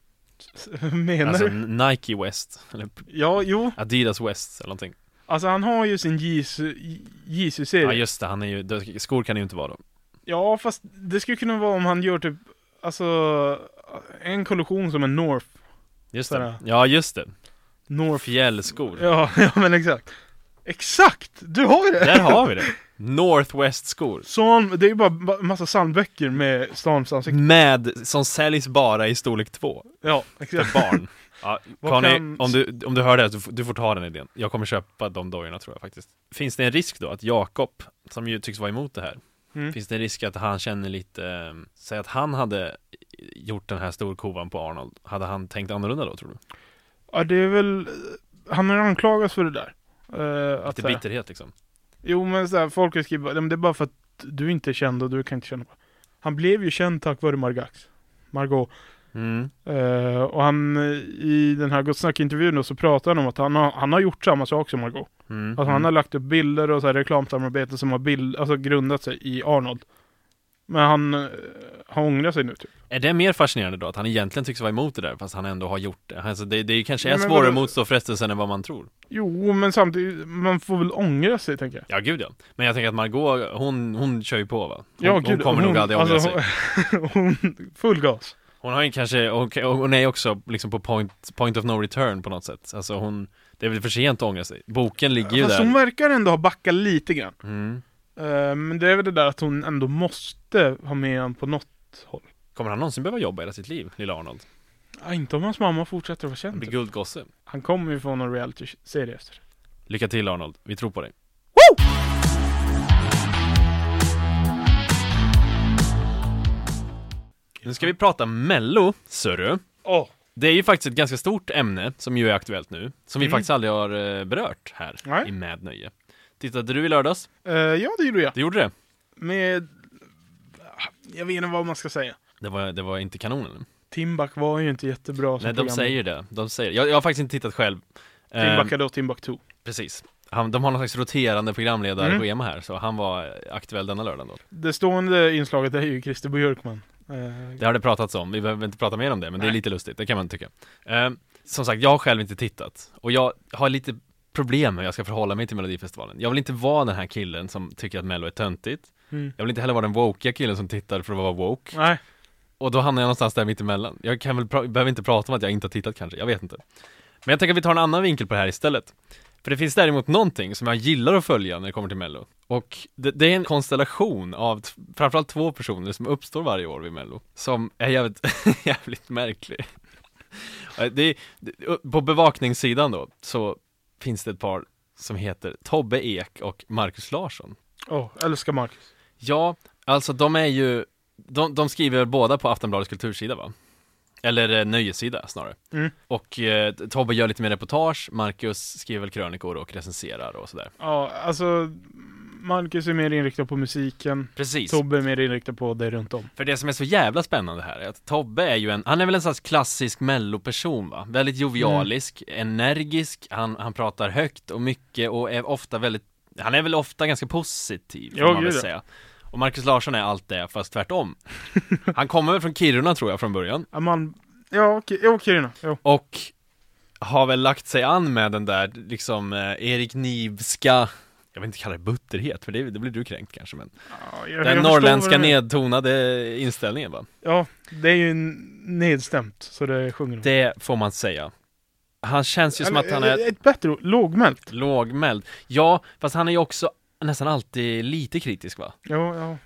Menar Alltså du? Nike West eller Ja, jo. Adidas West eller någonting. Alltså han har ju sin Jesus-serie. Ja just det, han är ju, skor kan det ju inte vara då. Ja, fast det skulle kunna vara om han gör typ, alltså, en kollektion som en North. Just Sådär. det. Ja just det. North. Fjällskor. Ja, ja men exakt. Exakt! Du har ju det! Där har vi det. Northwest-skor. Som, det är ju bara massa sandböcker med Storms ansikte. Med, som säljs bara i storlek två. Ja, exakt. För barn. Ja, Vad Conny, kan- om, du, om du hör det, du, får- du får ta den idén. Jag kommer köpa de dojorna tror jag faktiskt. Finns det en risk då att Jakob, som ju tycks vara emot det här, Mm. finns det en risk att han känner lite, eh, säg att han hade gjort den här storkovan på Arnold, hade han tänkt annorlunda då tror du? Ja, det är väl, han har anklagats för det där. Uh, att Lite så här- bitterhet liksom. Jo men så här, folk har skrivit, "Ja, men det är bara för att du inte är känd och du kan inte känna på." Han blev ju känd tack vare Margax. Margot. Mm. Uh, och han, i den här Gott Snack-intervjun då, så pratar han om att han har, han har gjort samma sak som Margot. Mm. Alltså han har lagt upp bilder och så här reklamsamarbete som har bild, alltså grundat sig i Arnold. Men han uh, har ångrat sig nu typ. Är det mer fascinerande då att han egentligen tycks vara emot det där fast han ändå har gjort det? Alltså det, det är kanske är Ja, men svårare vadå? att motstå frestelsen än vad man tror. Jo, men samtidigt, man får väl ångra sig tänker jag. Ja gud ja. Men jag tänker att Margot, hon, hon kör ju på va? Hon, Ja, hon gud, kommer nog aldrig ångra alltså, sig. Hon, hon, full gas. Hon har ju kanske, och hon är också liksom på point, point of no return på något sätt. Alltså hon, det är väl för sent att ångra sig. Boken ligger ju Fast där. hon verkar ändå ha backat lite grann. Mm. Uh, men det är väl det där att hon ändå måste ha med honom på något håll. Kommer han någonsin behöva jobba hela sitt liv, lilla Arnold? Ja, inte om hans mamma fortsätter att vara Han känd. blir guldgosse. Han kommer ju få någon reality-serie efter. Lycka till Arnold, vi tror på dig. Woo! Nu ska vi prata Mello, sörru. Åh, Det är ju faktiskt ett ganska stort ämne som ju är aktuellt nu. Som vi Mm. faktiskt aldrig har eh, berört här Nej. i Med Nöje. Tittade du i lördags? uh, ja det gjorde jag. Det gjorde det. Med, jag vet inte vad man ska säga. Det var, det var inte kanonen. Timbuk var ju inte jättebra som Nej, de program. säger det. De säger jag, jag har faktiskt inte tittat själv. Eh, Timbuk är då Timbuktu. precis. Han, de har någon slags roterande programledarschema Mm. här, så han var aktuell denna lördag då. Det stående inslaget är ju Christer Björkman. Uh, Det har det pratats om, vi behöver inte prata mer om det, men det är Nej. lite lustigt, det kan man tycka. Eh, som sagt, jag har själv inte tittat. Och jag har lite problem med hur jag ska förhålla mig till Melodifestivalen. Jag vill inte vara den här killen som tycker att Mello är töntigt. mm. Jag vill inte heller vara den wokiga killen som tittar för att vara woke. Nej. Och då hamnar jag någonstans där mitt emellan. Jag kan väl pra- behöver inte prata om att jag inte har tittat kanske, jag vet inte. Men jag tänker att vi tar en annan vinkel på det här istället. För det finns däremot någonting som jag gillar att följa när det kommer till Mello. Och det, det är en konstellation av t- framförallt två personer som uppstår varje år vid Mello. Som är jävligt, jävligt märklig. Det är, det, på bevakningssidan då så finns det ett par som heter Tobbe Ek och Marcus Larsson. Åh, älskar Marcus. Ja, alltså de är ju de, de skriver båda på Aftonbladets kultursida va? Eller eh, nöjessida snarare. Mm. Och eh, Tobbe gör lite mer reportage, Marcus skriver väl krönikor och recenserar och sådär. Ja, alltså Marcus är mer inriktad på musiken. Precis. Tobbe är mer inriktad på det runt om. För det som är så jävla spännande här är att Tobbe är ju en, han är väl en slags klassisk melloperson va? Väldigt jovialisk, energisk, han, han pratar högt och mycket och är ofta väldigt, han är väl ofta ganska positiv får Ja, man gud, väl ja. säga. Och Marcus Larsson är allt det, fast tvärtom. Han kommer väl från Kiruna tror jag från början. Ja, man, ja, okej, ja, Kiruna. Jo. Och har väl lagt sig an med den där liksom eh, Erik Nivska, jag vill inte kalla det butterhet för det, det blir du kränkt kanske, men Ja, jag, den jag norrländska förstår vad du menar. nedtonade inställningen va? Ja, det är ju n- nedstämt så det sjunger. Det får man säga. Han känns ju som att han är Ett bättre ord, lågmält. lågmäld. Ja, fast han är ju också nästan alltid lite kritisk va? Ja, ja.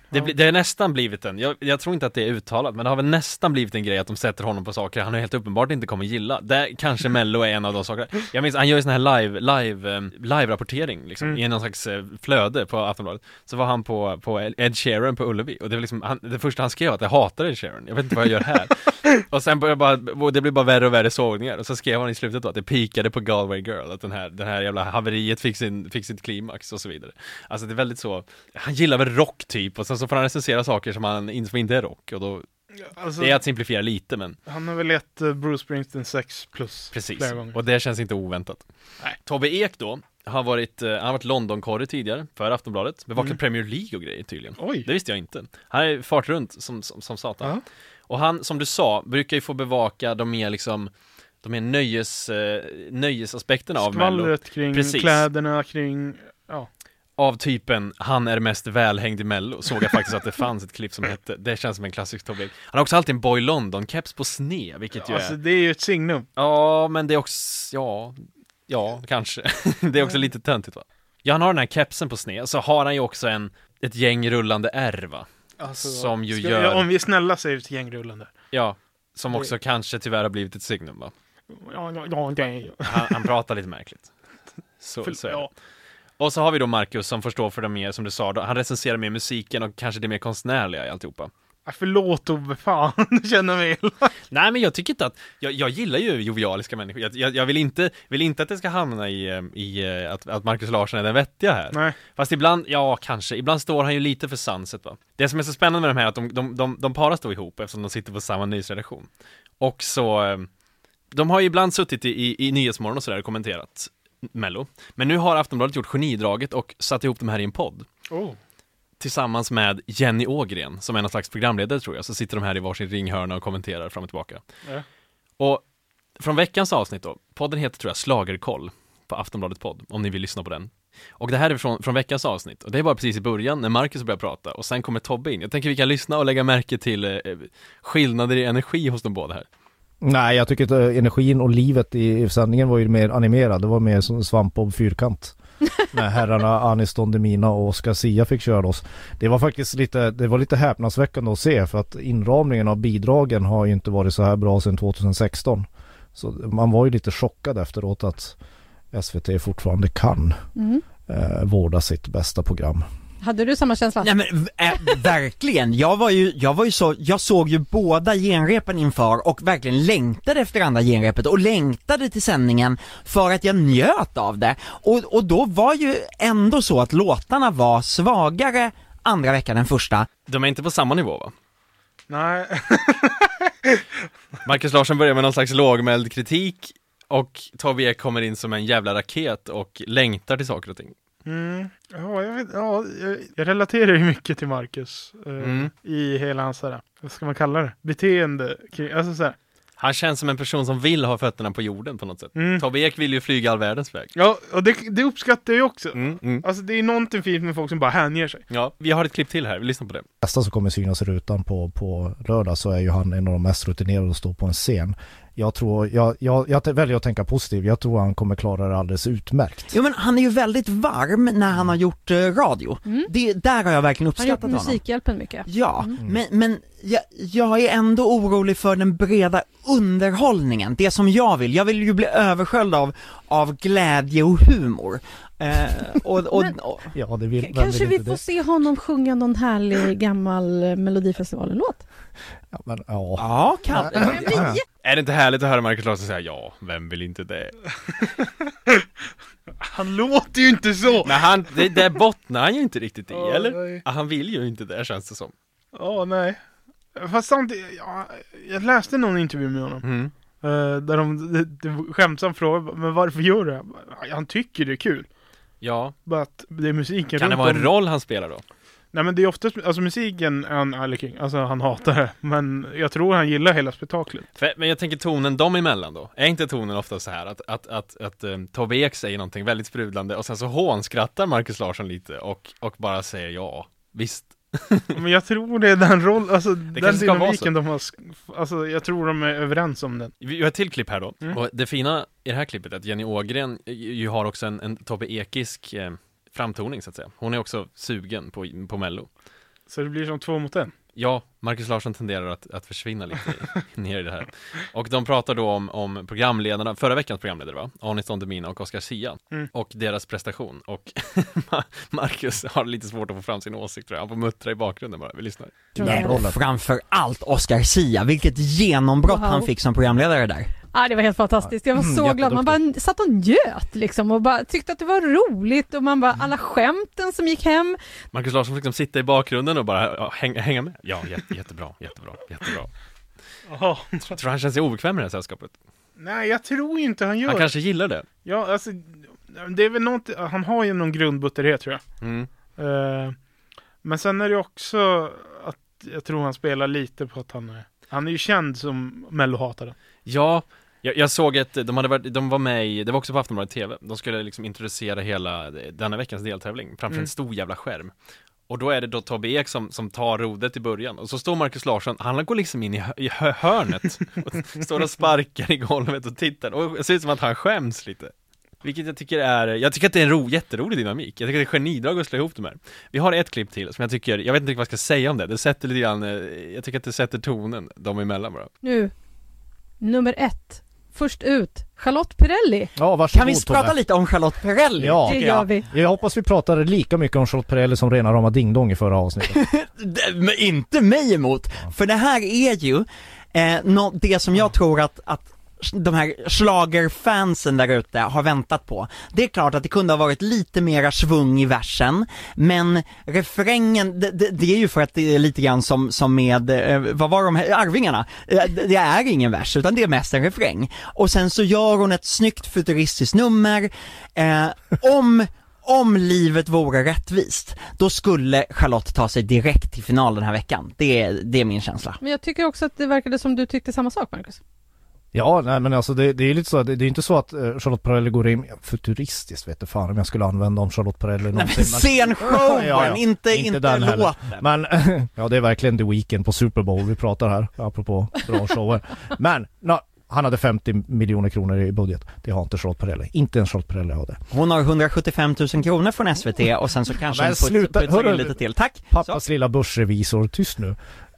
Det, bli, det har nästan blivit en, jag, jag tror inte att det är uttalat, men det har väl nästan blivit en grej att de sätter honom på saker han har helt uppenbart inte kommer gilla. Det, kanske Mello är en av de sakerna. Jag minns, han gör ju sån här live, live, um, live-rapportering liksom, mm. i någon slags uh, flöde på Aftonbladet. Så var han på, på Ed Sheeran på Ullevi, och det var liksom, han, det första han skrev att jag hatar Ed Sheeran, jag vet inte vad jag gör här. Och sen började bara, det blev bara värre och värre sågningar, och så skrev han i slutet då att det pikade på Galway Girl, att den här, den här jävla haveriet fick sin, fick sitt klimax och så vidare. Alltså det är väldigt så, han gillar väl rock typ, och sen så får han recensera saker som han inte, inte är rock, och då alltså, det är att simplifiera lite, men han har väl lett Bruce Springsteen sex plus precis, flera gånger. Och det känns inte oväntat. Nej. Tobbe Ek då har varit, uh, han har varit London-korre tidigare för Aftonbladet, bevakade mm. Premier League och grejer tydligen. Oj. Det visste jag inte. Han är fart runt som, som, som satan. Uh-huh. Och han, som du sa, brukar ju få bevaka de mer liksom de mer nöjes, uh, nöjesaspekterna av Mello. Skvallret kring precis. Kläderna, kring ja. Av typen, han är mest välhängd i Mello. Såg jag faktiskt att det fanns ett klipp som hette, det känns som en klassisk Tobbe Ek. Han har också alltid en Boy London-keps på sne, vilket ju alltså, är... det är ju ett signum. Ja, men det är också, ja, ja, kanske. Det är också lite töntigt, va? Ja, han har den här kepsen på sne, så har han ju också en, ett gäng rullande R, va? Alltså, som ju gör... Ja, om vi är snälla säger det ett gäng rullande. Ja, som också det... kanske tyvärr har blivit ett signum, va? Ja, ja, ja, ja. Han, han pratar lite märkligt. Så, För, så är det. Ja. Och så har vi då Marcus som förstår för det mer, som du sa då. Han recenserar mer musiken och kanske det mer konstnärliga i alltihopa. Ja, förlåt Ove, fan, känner mig illa. Nej, men jag tycker inte att, jag, jag gillar ju jovialiska människor. Jag, jag, jag vill, inte, vill inte att det ska hamna i, i att, att Marcus Larsson är den vettiga här. Nej. Fast ibland, ja kanske, ibland står han ju lite för sanset, va. Det som är så spännande med de här är att de, de, de, de paras då ihop eftersom de sitter på samma nyhetsredaktion. Och så, de har ju ibland suttit i, i, i Nyhetsmorgon och sådär och kommenterat Mello. Men nu har Aftonbladet gjort genidraget och satt ihop de här i en podd. Oh. Tillsammans med Jenny Ågren, som är någon slags programledare tror jag. Så sitter de här i varsin ringhörna och kommenterar fram och tillbaka. Mm. Och från veckans avsnitt då, podden heter tror jag Slagerkoll på Aftonbladet podd, om ni vill lyssna på den. Och det här är från, från veckans avsnitt. Och det är bara precis i början när Marcus börjar prata. Och sen kommer Tobbe in. Jag tänker vi kan lyssna och lägga märke till eh, skillnader i energi hos de båda här. Nej, jag tycker att energin och livet i, i sändningen var ju mer animerad. Det var mer som Svampbob fyrkant. När herrarna Aniston Demina och Oscar Sia fick köra oss. Det var faktiskt lite, det var lite häpnadsväckande att se, för att inramningen av bidragen har ju inte varit så här bra sedan tjugohundrasexton. Så man var ju lite chockad efteråt att S V T fortfarande kan mm. eh, vårda sitt bästa program. Hade du samma känsla? Nej, men äh, verkligen. Jag var ju jag var ju så jag såg ju båda genrepen inför och verkligen längtade efter andra genrepet och längtade till sändningen för att jag njöt av det. Och och då var ju ändå så att låtarna var svagare andra veckan än första. De är inte på samma nivå, va? Nej. Marcus Larsson börjar med någon slags lågmäld kritik och Tobbe Ek kommer in som en jävla raket och längtar till saker och ting. Mm. Ja, jag, vet, ja jag, jag relaterar ju mycket till Marcus eh, mm. i hela hans här, vad ska man kalla det? Beteende. Alltså så här. Han känns som en person som vill ha fötterna på jorden på något sätt. Mm. Tobbe Ek vill ju flyga all världens väg. Ja, och det, det uppskattar jag också. Mm, mm. Alltså det är någonting fint med folk som bara hänger sig. Ja, vi har ett klipp till här, vi lyssnar på det. Nästa som kommer synas rutan på, på lördag, så är ju han en av de mest rutinerade att stå på en scen. Jag tror, jag, jag, jag väljer att tänka positivt. Jag tror han kommer klara det alldeles utmärkt. Jo, men han är ju väldigt varm när han har gjort eh, radio. Mm. Det, där har jag verkligen uppskattat honom. Han har gjort Musikhjälpen mycket. Ja, mm. men, men jag, jag är ändå orolig för den breda underhållningen. Det som jag vill. Jag vill ju bli översköljd av, av glädje och humor. Eh, och, och, men, och, ja, det vill, kanske vi får det. se honom sjunga någon härlig gammal Melodifestivalen-låt. Ja, men, ja. ja, kan ja, ja. Är det inte härligt att höra Marcus Larsson säga ja, vem vill inte det? Han låter ju inte så. Men han, det, det bottnar han ju inte riktigt i, oh, eller? Nej. Han vill ju inte det, känns det som. Ja, oh, nej. Fast samtidigt, ja, jag läste någon intervju med honom. Mm. Uh, där de, det, det skämtsamt frågade, men varför gör det? Han tycker det är kul. Ja. Bara att det är musiken. Kan det vara en roll han spelar då? Nej, men det är oftast, alltså musiken är han ärlig kring. Alltså han hatar det. Men jag tror han gillar hela spektaklet. För, men jag tänker tonen dem emellan då. Är inte tonen ofta så här att, att, att, att um, Tobbe Ek säger någonting väldigt sprudlande och sen så hånskrattar Marcus Larsson lite och, och bara säger ja, visst. Men jag tror det är den roll, alltså det den dynamiken de har, alltså jag tror de är överens om den. Vi har ett till klipp här då. Mm. Och det fina i det här klippet är att Jenny Ågren ju har också en, en Tobbe Ekisk eh, framtoning så att säga. Hon är också sugen på, på Mello. Så det blir som två mot en. Ja, Marcus Larsson tenderar att, att försvinna lite ner i det här. Och de pratar då om, om programledarna, förra veckans programledare va? Anis Don Demina och Oscar Sia. Mm. Och deras prestation. Och Marcus har lite svårt att få fram sin åsikt tror jag. Han får muttra i bakgrunden bara, vi lyssnar. Nej, framför allt Oscar Sia, vilket genombrott Wow. han fick som programledare där. Ja, det var helt fantastiskt. Jag var Mm, så glad. Man jätteduktig. bara satt och njöt liksom och bara tyckte att det var roligt och man bara, alla skämten som gick hem. Marcus Larsson fick liksom sitta i bakgrunden och bara ja, hänga, hänga med. Ja, jätte, jättebra, jättebra, jättebra. Jaha. Tror du han känns sig obekväm med det här sällskapet? Nej, jag tror inte han gör Han det. kanske gillar det. Ja, alltså, det är väl något, han har ju någon grundbutterhet tror jag. Mm. Eh, men sen är det också att jag tror han spelar lite på att han är, han är ju känd som mellohatare. Ja, jag, jag såg att de hade varit, de var med i, det var också på Aftonbladet T V. De skulle liksom introducera hela denna veckans deltävling framför Mm. en stor jävla skärm. Och då är det då Tobbe Ek som, som tar rodet i början. Och så står Marcus Larsson, han går liksom in i, hö- i hö- hörnet och står och sparkar i golvet och tittar. Och det ser ut som att han skäms lite. Vilket jag tycker är, jag tycker att det är en ro, jätterolig dynamik. Jag tycker att det är genidrag att slå ihop de här. Vi har ett klipp till som jag tycker, jag vet inte vad jag ska säga om det. Det sätter lite grann, eh, jag tycker att det sätter tonen dem emellan bara. Nu, nummer ett. Först ut, Charlotte Perrelli. Ja, varsågod, Kan vi prata Tobbe. lite om Charlotte Perrelli? Ja, Det tycker gör jag. vi. jag hoppas vi pratade lika mycket om Charlotte Perrelli som rena rama Ding Dong i förra avsnittet. Det- men inte mig emot. För det här är ju eh, nå- det som jag tror att, att de här schlagerfansen där ute har väntat på. Det är klart att det kunde ha varit lite mera svung i versen, men refrängen, det, det, det är ju för att det är lite grann som, som med, eh, vad var de här, Arvingarna. Eh, det, det är ingen vers, utan det är mest en refräng. Och sen så gör hon ett snyggt futuristiskt nummer. Eh, om Om livet vore rättvist, då skulle Charlotte ta sig direkt till final den här veckan. Det är, det är min känsla. Men jag tycker också att det verkade som du tyckte samma sak, Marcus. Ja, nej men alltså det, det är lite så, det, det är inte så att uh, Charlotte Perrelli går in futuristiskt, vet du fan om jag skulle använda om Charlotte Perrelli Nej, någonsin. men scenshowen, Ja, ja. inte, Inte inte, den heller. låten. Men ja, det är verkligen The Weeknd på Super Bowl vi pratar här, apropå bra shower. Men no, han hade femtio miljoner kronor i budget. Det har inte Charlotte Perrelli. Inte en Charlotte Perrelli har det. Hon har hundrasjuttiofem tusen kronor från S V T och sen så kanske Men hon sluta, putsar hörru. in lite till. Tack! Pappas Så. lilla börsrevisor, tyst nu.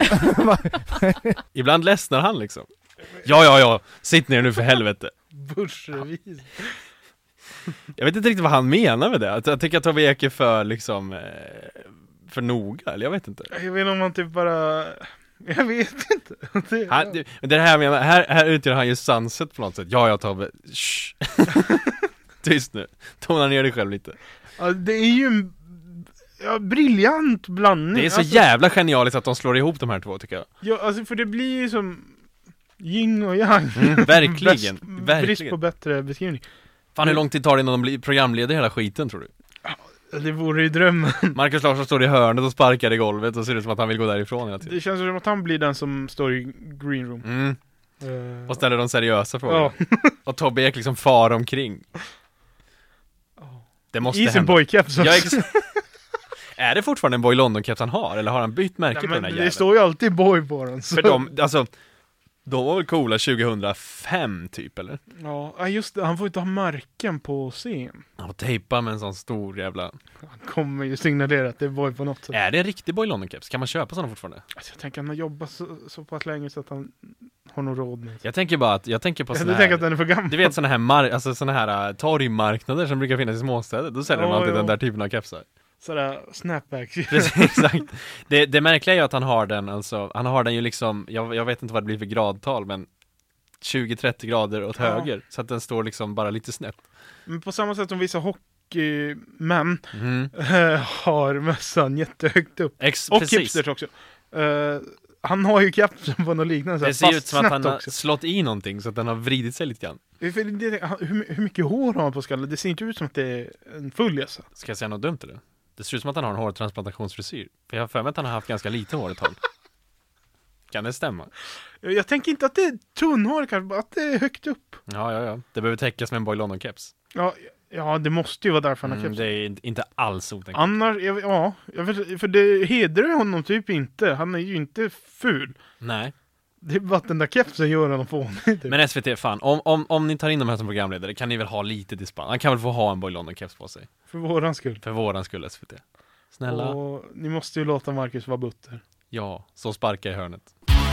Ibland ledsnar han liksom. Ja, ja, ja, sitt ner nu för helvete. Börsrevis. Jag vet inte riktigt vad han menar med det. Jag jag tycker att Tobbe Ek är för liksom, eh, för noga, eller jag vet inte. Jag vet inte om man typ bara, jag vet inte. Det, Han, det, det här, jag menar, här, här utgör han ju Sunset på något sätt. Ja, jag Tobbe, shh. Tyst nu, tona ner dig själv lite. ja, det är ju en ja, briljant blandning. Det är så alltså, jävla genialiskt att de slår ihop de här två tycker jag. ja, alltså för det blir ju som yin och yang. Mm, verkligen, Bäst- Brist verkligen. på bättre beskrivning. Fan, hur lång tid tar det innan de blir programledare hela skiten tror du? Det vore ju drömmen. Marcus Larsson står i hörnet och sparkar i golvet och ser ut som att han vill gå därifrån hela tiden. Det känns som att han blir den som står i green room. Mm. Eh, Och ställer de seriösa frågor. ja. Och Tobbe Ek liksom far omkring. Det måste I sin hända. boycaps Ja, också. ex- Är det fortfarande en Boy London-keps han har? Eller har han bytt märke Nej, på den men här det jäveln? står ju alltid boy på den. Så. För de, alltså, de var väl coola tjugohundrafem typ, eller? Ja, just det. Han får inte ha märken på scen. Och tejpa med en sån stor jävla... Han kommer ju signalera att det är boy på något sätt. Är det en riktig Boy London-keps? Kan man köpa sådana fortfarande? Alltså, jag tänker att han har jobbat så, så pass länge så att han har nog råd med det. Jag tänker bara att, jag tänker på Jag såna hade tänkt här... att den är för gammal. Du vet såna här, mar- alltså såna här uh, torgmarknader som brukar finnas i småstäder. Då säljer de Ja, alltid ja. den där typen av kepsar. Sådär snapback. Precis, exakt. Det, det märkliga är ju att han har den, alltså, han har den ju liksom, jag, jag vet inte vad det blir för gradtal, men tjugo till trettio grader åt Ja. höger. Så att den står liksom bara lite snett. Men på samma sätt som vissa hockeymän Mm. äh, har mössan jättehögt upp. Ex- Och precis. hipsters också. Uh, han har ju kapsen på något liknande. så här, Det ser ut fast som att han snett har också. slått i någonting så att den har vridit sig lite grann. För det, han- hur, hur mycket hår har han på skallen? Det ser inte ut som att det är en full jassa. Ska jag säga något dumt eller? Det ser ut som att han har en hårtransplantationsfrisyr. För jag har för mig att han har haft ganska lite hår ett tag. Kan det stämma? Jag, jag tänker inte att det är tunnhår kanske, bara att det är högt upp. Ja, ja, ja. Det behöver täckas med en Boy London-keps. Ja, ja, det måste ju vara därför han har Mm, kepsen. det är inte alls otänkbart. Annars, jag, ja, jag vet, för det hedrar honom typ inte. Han är ju inte ful. Nej. Det är bara att den där kepsen gör honom fånig. Typ. Men S V T, fan, om, om, om ni tar in de här som programledare kan ni väl ha lite dispens. Han kan väl få ha en Boy London-keps på sig. För våran skull. För våran skull, S V T. Snälla. Och ni måste ju låta Marcus vara butter. Ja, så sparka i hörnet.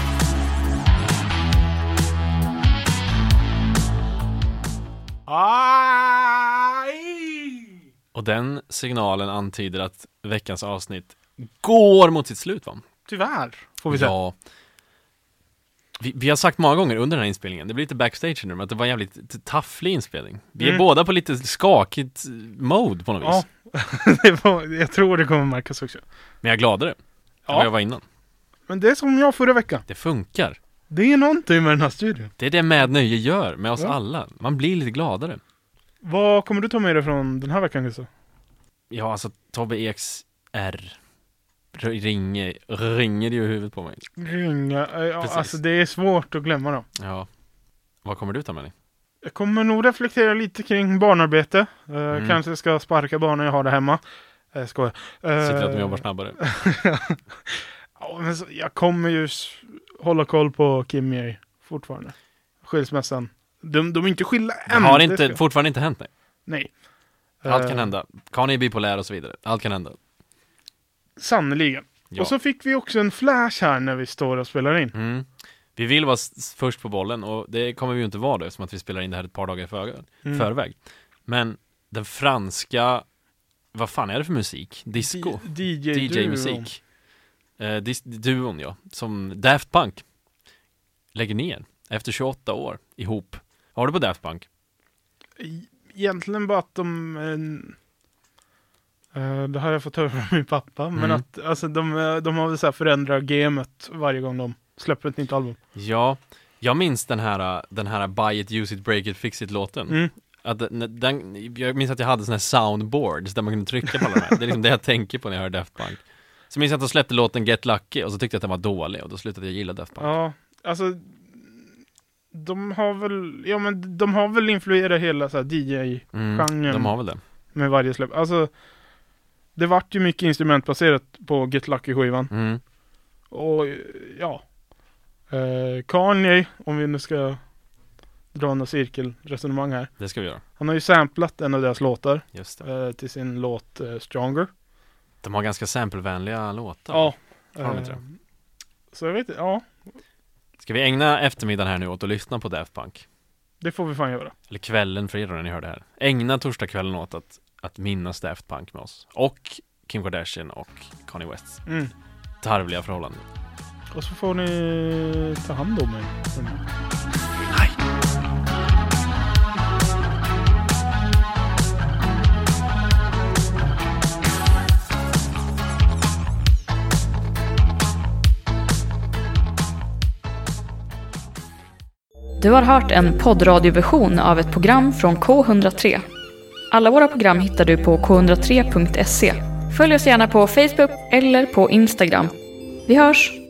Aj! Och den signalen antyder att veckans avsnitt går mot sitt slut, va? Tyvärr, får vi säga. Ja. Vi, vi har sagt många gånger under den här inspelningen, det blir lite backstage nu, att det var en jävligt tafflig inspelning. Vi är Mm. båda på lite skakigt mode på något vis. Ja, det var, jag tror det kommer märkas också. Men jag är gladare än Ja. vad jag var innan. Men det är som jag förra veckan. Det funkar. Det är någonting med den här studion. Det är det Med Nöje gör med oss Ja. alla. Man blir lite gladare. Vad kommer du ta med dig från den här veckan, Gustav? Ja, alltså Tobbe Eks R ringer, ringer ju i huvudet på mig. Ringa, eh, ja, Precis. alltså det är svårt att glömma dem. Ja. Vad kommer du ta med dig? Jag kommer nog reflektera lite kring barnarbete. Eh, Mm. Kanske ska sparka barnen jag har det hemma. Jag uh, skojar. Uh, Sitter att de jobbar snabbare? Ja, men så, jag kommer ju s- hålla koll på Kim Jae fortfarande. Skilsmässan. De, de är inte skilda Det än. har det inte, ska- fortfarande inte hänt, nej. Nej. Allt Eh, kan hända. Kanye är bipolär och så vidare. Allt kan hända. Sannoliken. Ja. Och så fick vi också en flash här när vi står och spelar in. Mm. Vi vill vara s- först på bollen och det kommer vi ju inte vara då, eftersom att vi spelar in det här ett par dagar i för- Mm. förväg. Men den franska, vad fan är det för musik? Disco? D J, D J-musik. Eh, dis- duon, ja. Som Daft Punk lägger ner efter tjugoåtta år ihop. Har du på Daft Punk? Egentligen bara att de... eh, det har jag fått höra från min pappa. Men Mm. att alltså, de, eh, de har väl så här förändrat gamet varje gång de släpper ett nytt album. Ja, jag minns den här, den här Buy It, Use It, Break It, Fix It-låten. Mm. Att den, den, jag minns att jag hade såna här soundboards där man kunde trycka på alla de här. Det är liksom det jag tänker på när jag hör Daft Punk. Så minns jag att de släppte låten Get Lucky och så tyckte jag att den var dålig och då slutade jag gilla Daft Punk. Ja, alltså... De har väl... Ja, men de har väl influerat hela så här D J-genren Mm, de har väl det. med varje släpp. Alltså... Det vart ju mycket instrumentbaserat på Get Lucky-skivan. Mm. Och ja... Eh, Kanye, om vi nu ska dra några cirkelresonemang här. Det ska vi göra. Han har ju samplat en av deras låtar Just det. eh, till sin låt eh, Stronger. De har ganska samplevänliga låtar. Ja. Har de inte eh, det? Så jag vet inte, ja. Ska vi ägna eftermiddagen här nu åt att lyssna på Daft Punk? Det får vi fan göra. Eller kvällen för er då när ni hör det här. Ägna torsdagskvällen åt att, att minnas Daft Punk med oss. Och Kim Kardashian och Kanye Wests Mm. tarvliga förhållanden. Och så får ni ta hand om mig. Nej. Du har hört en poddradioversion av ett program från K one oh three. Alla våra program hittar du på k one oh three punkt se. Följ oss gärna på Facebook eller på Instagram. Vi hörs!